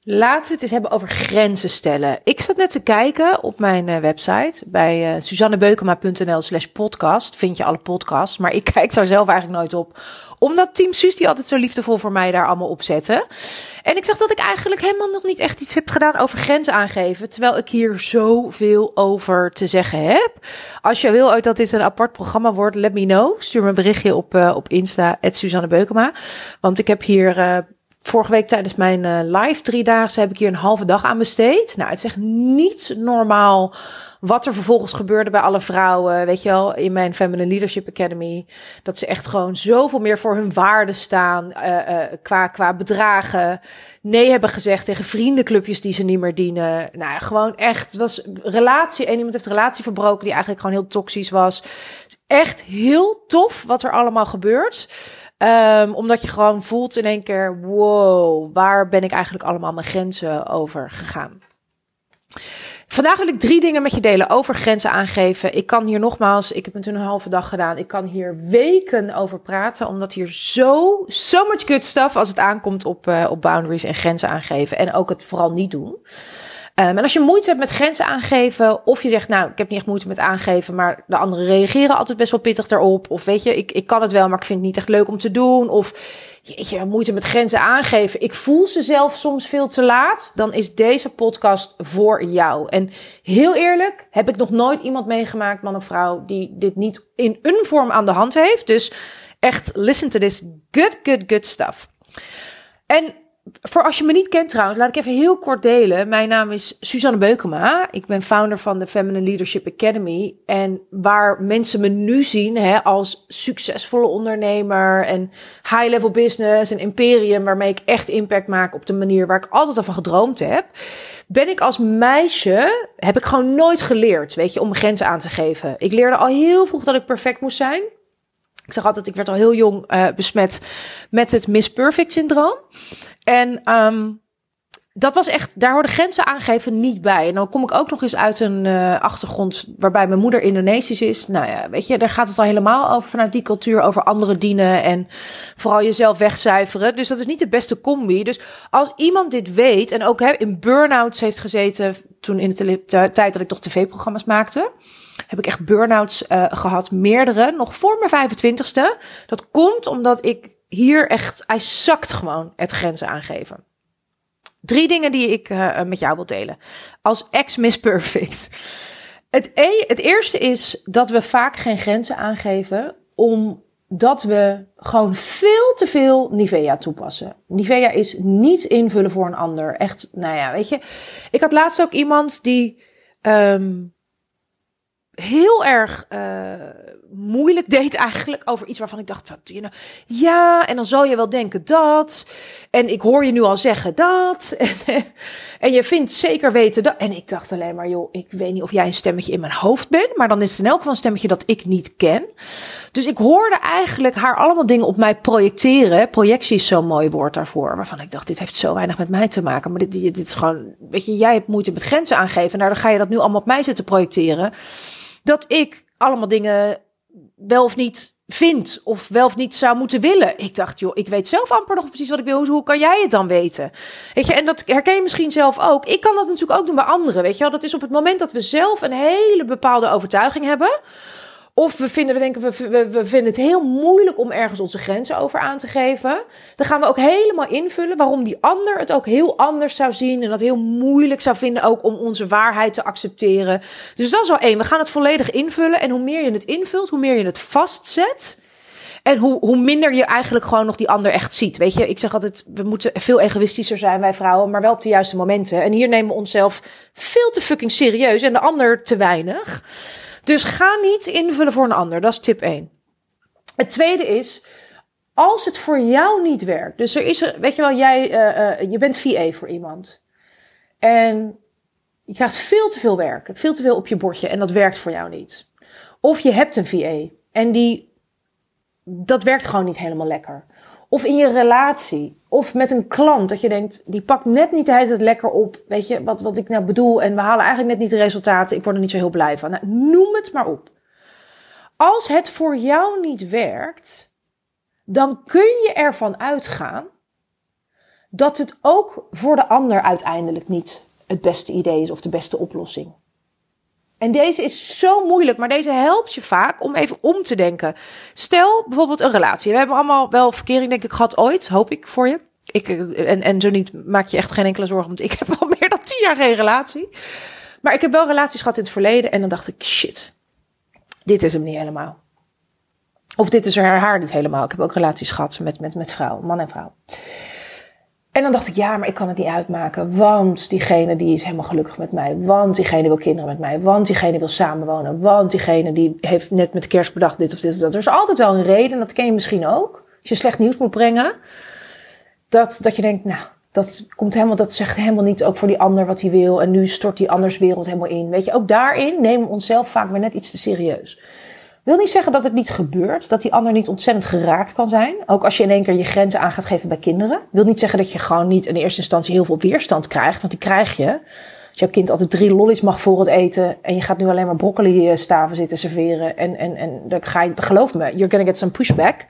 Laten we het eens hebben over grenzen stellen. Ik zat net te kijken op mijn website bij suzannebeukema.nl/podcast. Vind je alle podcasts, maar ik kijk daar zelf eigenlijk nooit op. Omdat Team Suus die altijd zo liefdevol voor mij daar allemaal op zetten. En ik zag dat ik eigenlijk helemaal nog niet echt iets heb gedaan over grenzen aangeven. Terwijl ik hier zoveel over te zeggen heb. Als je wil dat dit een apart programma wordt, let me know. Stuur me een berichtje op Insta, @SuzanneBeukema. Want ik heb hier... vorige week tijdens mijn live 3-daagse heb ik hier een halve dag aan besteed. Nou, het is echt niet normaal wat er vervolgens gebeurde bij alle vrouwen. Weet je wel, in mijn Feminine Leadership Academy. Dat ze echt gewoon zoveel meer voor hun waarden staan. Qua bedragen. Nee hebben gezegd tegen vriendenclubjes die ze niet meer dienen. Nou ja, gewoon echt. Het was relatie. En iemand heeft een relatie verbroken die eigenlijk gewoon heel toxisch was. Het is echt heel tof wat er allemaal gebeurt. Omdat je gewoon voelt in één keer, wow, waar ben ik eigenlijk allemaal mijn grenzen over gegaan? Vandaag wil ik 3 dingen met je delen over grenzen aangeven. Ik kan hier nogmaals, ik heb het toen een halve dag gedaan. Ik kan hier weken over praten, omdat hier so much good stuff als het aankomt op boundaries en grenzen aangeven. En ook het vooral niet doen. En als je moeite hebt met grenzen aangeven, of je zegt, nou, ik heb niet echt moeite met aangeven, maar de anderen reageren altijd best wel pittig daarop. Of weet je, ik kan het wel, maar ik vind het niet echt leuk om te doen. Of jeetje, moeite met grenzen aangeven. Ik voel ze zelf soms veel te laat. Dan is deze podcast voor jou. En heel eerlijk, heb ik nog nooit iemand meegemaakt, man of vrouw, die dit niet in een vorm aan de hand heeft. Dus echt, listen to this good stuff. En voor als je me niet kent trouwens, laat ik even heel kort delen. Mijn naam is Suzanne Beukema. Ik ben founder van de Feminine Leadership Academy. En waar mensen me nu zien als succesvolle ondernemer en high-level business, een imperium waarmee ik echt impact maak op de manier waar ik altijd al van gedroomd heb. Ben ik als meisje, heb ik gewoon nooit geleerd, weet je, om mijn grenzen aan te geven. Ik leerde al heel vroeg dat ik perfect moest zijn. Ik zeg altijd, ik werd al heel jong besmet met het Miss Perfect syndroom. En dat was echt, daar hoorde grenzen aangeven niet bij. En dan kom ik ook nog eens uit een achtergrond waarbij mijn moeder Indonesisch is. Nou ja, weet je, daar gaat het al helemaal over vanuit die cultuur, over anderen dienen en vooral jezelf wegcijferen. Dus dat is niet de beste combi. Dus als iemand dit weet en ook in burn-outs heeft gezeten toen in de tijd dat ik nog tv-programma's maakte, heb ik echt burn-outs gehad, meerdere, nog voor mijn 25ste. Dat komt omdat ik hier echt, hij zakt gewoon het grenzen aangeven. 3 dingen die ik met jou wil delen. Als ex-Miss Perfect. Het eerste is dat we vaak geen grenzen aangeven, omdat we gewoon veel te veel Nivea toepassen. Nivea is niet invullen voor een ander. Echt, nou ja, weet je. Ik had laatst ook iemand die heel erg moeilijk deed eigenlijk over iets waarvan ik dacht, wat doe je nou? Ja, en dan zal je wel denken dat. En ik hoor je nu al zeggen dat. En je vindt zeker weten dat. En ik dacht alleen maar, joh, ik weet niet of jij een stemmetje in mijn hoofd bent, maar dan is het in elk geval een stemmetje dat ik niet ken. Dus ik hoorde eigenlijk haar allemaal dingen op mij projecteren. Projectie is zo'n mooi woord daarvoor, waarvan ik dacht, dit heeft zo weinig met mij te maken. Maar dit is gewoon, weet je, jij hebt moeite met grenzen aangeven. Nou, dan ga je dat nu allemaal op mij zitten projecteren. Dat ik allemaal dingen wel of niet vind of wel of niet zou moeten willen. Ik dacht, joh, ik weet zelf amper nog precies wat ik wil. Hoe kan jij het dan weten? Weet je, en dat herken je misschien zelf ook. Ik kan dat natuurlijk ook doen bij anderen, weet je wel. Dat is op het moment dat we zelf een hele bepaalde overtuiging hebben. Of we vinden het heel moeilijk om ergens onze grenzen over aan te geven. Dan gaan we ook helemaal invullen waarom die ander het ook heel anders zou zien. En dat heel moeilijk zou vinden ook om onze waarheid te accepteren. Dus dat is al 1. We gaan het volledig invullen. En hoe meer je het invult, hoe meer je het vastzet. En hoe minder je eigenlijk gewoon nog die ander echt ziet. Weet je, ik zeg altijd, we moeten veel egoïstischer zijn, wij vrouwen. Maar wel op de juiste momenten. En hier nemen we onszelf veel te fucking serieus. En de ander te weinig. Dus ga niet invullen voor een ander. Dat is tip 1. Het tweede is, als het voor jou niet werkt. Dus weet je wel, je bent VA voor iemand. En je krijgt veel te veel werk. Veel te veel op je bordje. En dat werkt voor jou niet. Of je hebt een VA. En dat werkt gewoon niet helemaal lekker. Of in je relatie. Of met een klant. Dat je denkt, die pakt net niet de hele tijd lekker op. Weet je, wat ik nou bedoel. En we halen eigenlijk net niet de resultaten. Ik word er niet zo heel blij van. Nou, noem het maar op. Als het voor jou niet werkt, dan kun je ervan uitgaan dat het ook voor de ander uiteindelijk niet het beste idee is of de beste oplossing. En deze is zo moeilijk, maar deze helpt je vaak om even om te denken. Stel bijvoorbeeld een relatie. We hebben allemaal wel verkering, denk ik, gehad ooit, hoop ik voor je. En zo niet, maak je echt geen enkele zorgen, want ik heb al meer dan 10 jaar geen relatie. Maar ik heb wel relaties gehad in het verleden en dan dacht ik, shit, dit is hem niet helemaal. Of dit is haar niet helemaal. Ik heb ook relaties gehad met vrouwen, man en vrouw. En dan dacht ik, ja, maar ik kan het niet uitmaken. Want diegene die is helemaal gelukkig met mij. Want diegene wil kinderen met mij. Want diegene wil samenwonen. Want diegene die heeft net met kerst bedacht dit of dit of dat. Er is altijd wel een reden, dat ken je misschien ook. Als je slecht nieuws moet brengen. Dat je denkt, nou, dat zegt helemaal niet ook voor die ander wat hij wil. En nu stort die anders wereld helemaal in. Weet je, ook daarin nemen we onszelf vaak maar net iets te serieus. Wil niet zeggen dat het niet gebeurt, dat die ander niet ontzettend geraakt kan zijn. Ook als je in één keer je grenzen aan gaat geven bij kinderen. Wil niet zeggen dat je gewoon niet in eerste instantie heel veel weerstand krijgt, want die krijg je. Als jouw kind altijd 3 lollies mag voor het eten en je gaat nu alleen maar broccoli staven zitten serveren en dan ga je, geloof me, you're gonna get some pushback.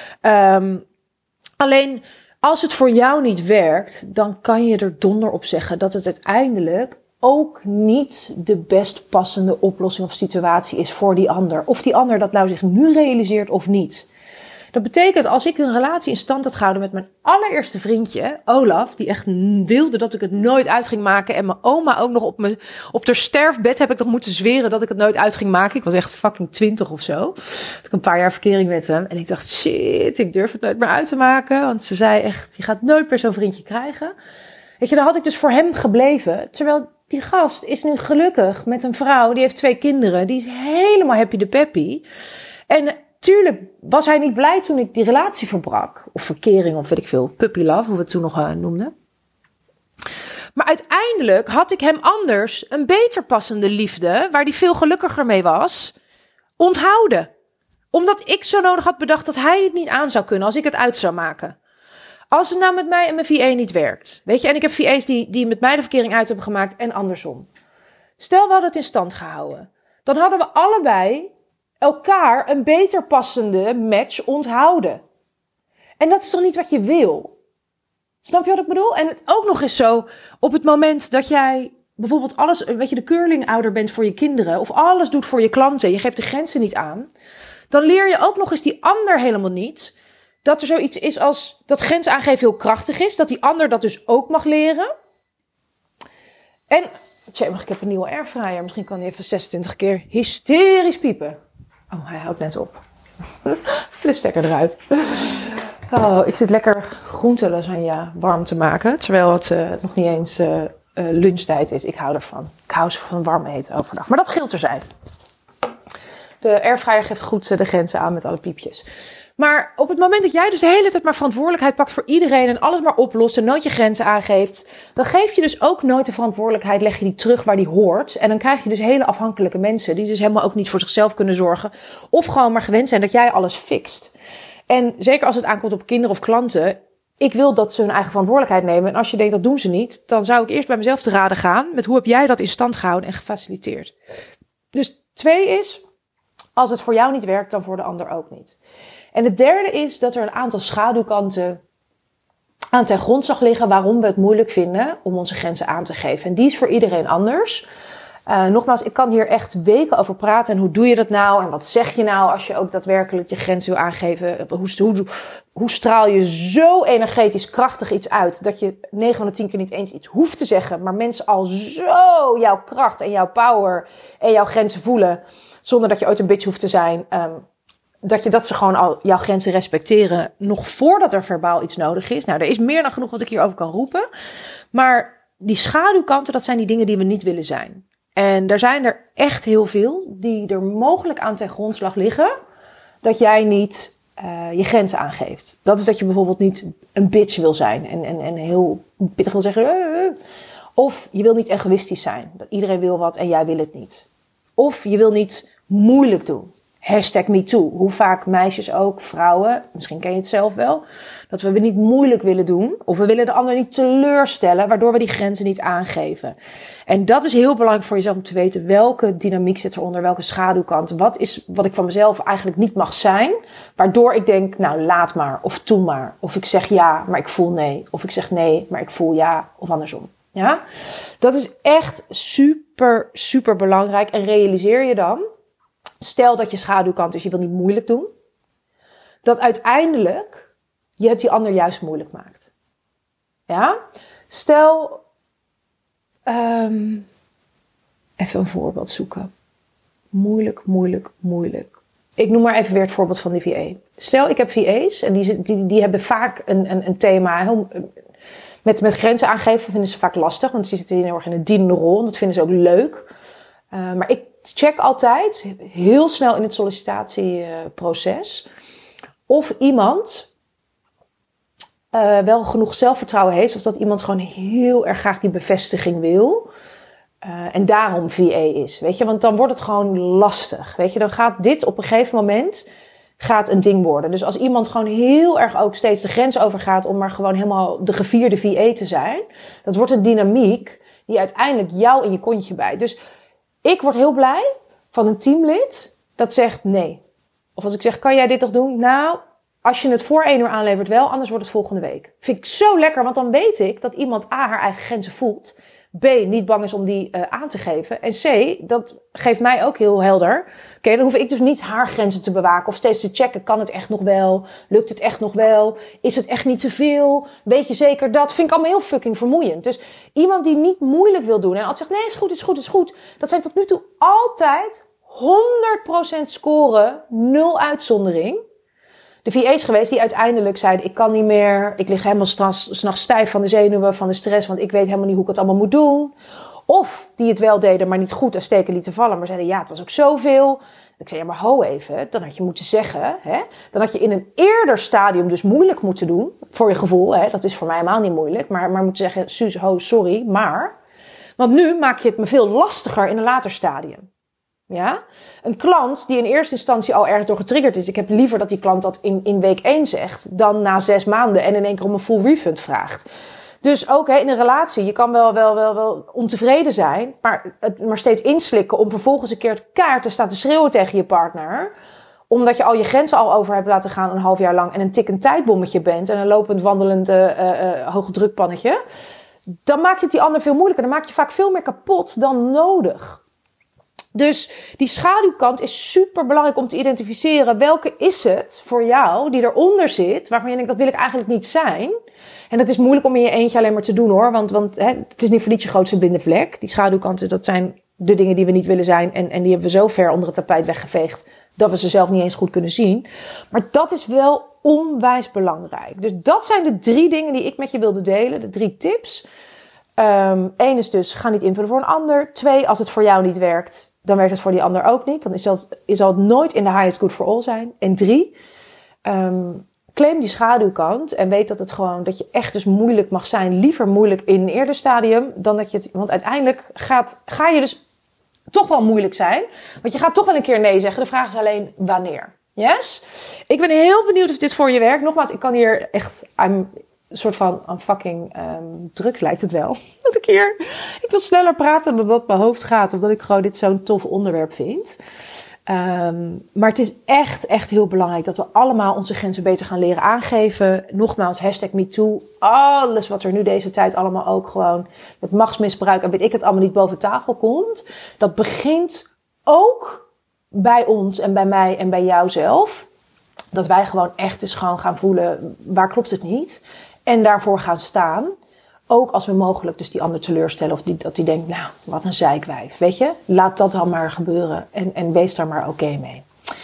Alleen als het voor jou niet werkt, dan kan je er donder op zeggen dat het uiteindelijk ook niet de best passende oplossing of situatie is voor die ander. Of die ander dat nou zich nu realiseert of niet. Dat betekent, als ik een relatie in stand had gehouden met mijn allereerste vriendje, Olaf, die echt wilde dat ik het nooit uit ging maken. En mijn oma ook nog op haar sterfbed heb ik nog moeten zweren dat ik het nooit uit ging maken. Ik was echt fucking 20 of zo. Had ik een paar jaar verkering met hem. En ik dacht, shit, ik durf het nooit meer uit te maken. Want ze zei echt, je gaat nooit meer zo'n vriendje krijgen. Weet je, dan had ik dus voor hem gebleven. Terwijl die gast is nu gelukkig met een vrouw. Die heeft 2 kinderen. Die is helemaal happy de peppy. En tuurlijk was hij niet blij toen ik die relatie verbrak. Of verkering, of weet ik veel. Puppy love, hoe we het toen nog noemden. Maar uiteindelijk had ik hem anders een beter passende liefde, waar hij veel gelukkiger mee was, onthouden. Omdat ik zo nodig had bedacht dat hij het niet aan zou kunnen als ik het uit zou maken. Als het nou met mij en mijn VA niet werkt. Weet je, en ik heb VA's die met mij de verkering uit hebben gemaakt en andersom. Stel we hadden het in stand gehouden. Dan hadden we allebei elkaar een beter passende match onthouden. En dat is toch niet wat je wil? Snap je wat ik bedoel? En ook nog eens zo, op het moment dat jij bijvoorbeeld alles, weet je, de curlingouder bent voor je kinderen, of alles doet voor je klanten, je geeft de grenzen niet aan, dan leer je ook nog eens die ander helemaal niet dat er zoiets is als dat grens aangeven heel krachtig is, dat die ander dat dus ook mag leren. En, ik heb een nieuwe airfryer, misschien kan die even 26 keer hysterisch piepen. Oh, hij houdt net op. Flitsstekker eruit. Oh, ik zit lekker groentelasagne warm te maken, terwijl het nog niet eens lunchtijd is. Ik hou ervan. Ik hou van warm eten overdag. Maar dat scheelt terzijde. De airfryer geeft goed de grenzen aan met alle piepjes. Maar op het moment dat jij dus de hele tijd maar verantwoordelijkheid pakt voor iedereen en alles maar oplost en nooit je grenzen aangeeft, dan geef je dus ook nooit de verantwoordelijkheid, leg je die terug waar die hoort. En dan krijg je dus hele afhankelijke mensen die dus helemaal ook niet voor zichzelf kunnen zorgen of gewoon maar gewend zijn dat jij alles fixt. En zeker als het aankomt op kinderen of klanten, ik wil dat ze hun eigen verantwoordelijkheid nemen. En als je denkt dat doen ze niet, dan zou ik eerst bij mezelf te raden gaan met hoe heb jij dat in stand gehouden en gefaciliteerd. Dus 2 is, als het voor jou niet werkt, dan voor de ander ook niet. En het derde is dat er een aantal schaduwkanten aan ten grondslag liggen waarom we het moeilijk vinden om onze grenzen aan te geven. En die is voor iedereen anders. Nogmaals, ik kan hier echt weken over praten. En hoe doe je dat nou? En wat zeg je nou als je ook daadwerkelijk je grenzen wil aangeven? Hoe straal je zo energetisch krachtig iets uit dat je 9 van de 10 keer niet eens iets hoeft te zeggen, maar mensen al zo jouw kracht en jouw power en jouw grenzen voelen, zonder dat je ooit een bitch hoeft te zijn, dat ze gewoon al jouw grenzen respecteren, nog voordat er verbaal iets nodig is. Nou, er is meer dan genoeg wat ik hierover kan roepen. Maar die schaduwkanten, dat zijn die dingen die we niet willen zijn. En er zijn er echt heel veel die er mogelijk aan ten grondslag liggen dat jij niet je grenzen aangeeft. Dat is dat je bijvoorbeeld niet een bitch wil zijn en heel pittig wil zeggen. Of je wil niet egoïstisch zijn. Dat iedereen wil wat en jij wil het niet. Of je wil niet moeilijk doen. #MeToo. Hoe vaak meisjes ook, vrouwen, misschien ken je het zelf wel, dat we niet moeilijk willen doen. Of we willen de ander niet teleurstellen, waardoor we die grenzen niet aangeven. En dat is heel belangrijk voor jezelf om te weten welke dynamiek zit eronder, welke schaduwkant. Wat is wat ik van mezelf eigenlijk niet mag zijn, waardoor ik denk, nou laat maar, of doe maar. Of ik zeg ja, maar ik voel nee. Of ik zeg nee, maar ik voel ja, of andersom. Ja, dat is echt super, super belangrijk. En realiseer je dan, stel dat je schaduwkant is, je wil niet moeilijk doen, dat uiteindelijk je het die ander juist moeilijk maakt. Ja, stel, even een voorbeeld zoeken. Moeilijk. Ik noem maar even weer het voorbeeld van die VA. Stel, ik heb VA's en die hebben vaak een thema. Met grenzen aangeven vinden ze vaak lastig, want ze zitten heel erg in een dienende rol. En dat vinden ze ook leuk. Maar ik check altijd heel snel in het sollicitatieproces of iemand wel genoeg zelfvertrouwen heeft. Of dat iemand gewoon heel erg graag die bevestiging wil. En daarom VA is. Weet je, want dan wordt het gewoon lastig. Weet je, dan gaat dit op een gegeven moment een ding worden. Dus als iemand gewoon heel erg ook steeds de grens overgaat om maar gewoon helemaal de gevierde VA te zijn, dat wordt een dynamiek die uiteindelijk jou in je kontje bijt. Dus ik word heel blij van een teamlid dat zegt nee. Of als ik zeg, kan jij dit toch doen? Nou, als je het voor 1 uur aanlevert wel, anders wordt het volgende week. Vind ik zo lekker, want dan weet ik dat iemand A, haar eigen grenzen voelt. B, niet bang is om die aan te geven. En C, dat geeft mij ook heel helder. Oké, dan hoef ik dus niet haar grenzen te bewaken of steeds te checken. Kan het echt nog wel? Lukt het echt nog wel? Is het echt niet te veel? Weet je zeker dat? Vind ik allemaal heel fucking vermoeiend. Dus iemand die niet moeilijk wil doen en altijd zegt, nee, is goed. Dat zijn tot nu toe altijd 100% scoren, 0 uitzondering. De VA's geweest die uiteindelijk zeiden, ik kan niet meer. Ik lig helemaal 's nachts stijf van de zenuwen, van de stress, want ik weet helemaal niet hoe ik het allemaal moet doen. Of die het wel deden, maar niet goed en steken lieten vallen, maar zeiden, ja, het was ook zoveel. Ik zei, ja, maar ho even, dan had je moeten zeggen, hè, dan had je in een eerder stadium dus moeilijk moeten doen, voor je gevoel, hè, dat is voor mij helemaal niet moeilijk, maar moeten zeggen, Suus, ho, sorry, maar. Want nu maak je het me veel lastiger in een later stadium. Ja, een klant die in eerste instantie al erg door getriggerd is. Ik heb liever dat die klant dat in week 1 zegt dan na 6 maanden en in één keer om een full refund vraagt. Dus ook in een relatie, je kan wel ontevreden zijn, maar steeds inslikken om vervolgens een keer kaart te staan te schreeuwen tegen je partner. Omdat je al je grenzen al over hebt laten gaan een half jaar lang en een tikkend tijdbommetje bent en een lopend wandelend hoge drukpannetje. Dan maak je het die ander veel moeilijker. Dan maak je vaak veel meer kapot dan nodig. Dus die schaduwkant is super belangrijk om te identificeren. Welke is het voor jou die eronder zit, waarvan je denkt, dat wil ik eigenlijk niet zijn. En dat is moeilijk om in je eentje alleen maar te doen hoor. Want het is niet voor niets je grootste blinde vlek. Die schaduwkanten, dat zijn de dingen die we niet willen zijn. En die hebben we zo ver onder het tapijt weggeveegd dat we ze zelf niet eens goed kunnen zien. Maar dat is wel onwijs belangrijk. Dus dat zijn de 3 dingen die ik met je wilde delen. De 3 tips. 1 is dus, ga niet invullen voor een ander. 2, als het voor jou niet werkt, dan werkt het voor die ander ook niet. Dan zal het nooit in de highest good for all zijn. En 3, claim die schaduwkant en weet dat dat je echt dus moeilijk mag zijn. Liever moeilijk in een eerder stadium dan dat je het, want uiteindelijk ga je dus toch wel moeilijk zijn. Want je gaat toch wel een keer nee zeggen. De vraag is alleen wanneer. Yes? Ik ben heel benieuwd of dit voor je werkt. Nogmaals, ik kan hier echt, een soort van een fucking druk lijkt het wel. Ik wil sneller praten dan dat mijn hoofd gaat. Omdat ik gewoon dit zo'n tof onderwerp vind. Maar het is echt heel belangrijk dat we allemaal onze grenzen beter gaan leren aangeven. Nogmaals, #MeToo. Alles wat er nu deze tijd allemaal ook gewoon met machtsmisbruik en weet ik het allemaal niet boven tafel komt. Dat begint ook bij ons en bij mij en bij jou zelf. Dat wij gewoon echt eens gewoon gaan voelen, waar klopt het niet? En daarvoor gaan staan. Ook als we mogelijk dus die ander teleurstellen. Of dat die denkt, nou, wat een zeikwijf. Weet je, laat dat dan maar gebeuren. En wees daar maar oké mee.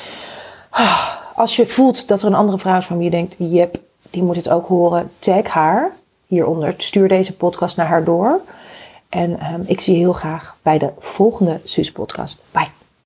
Als je voelt dat er een andere vrouw is van wie je denkt, jep, die moet het ook horen. Tag haar hieronder. Stuur deze podcast naar haar door. En ik zie je heel graag bij de volgende Suus podcast. Bye.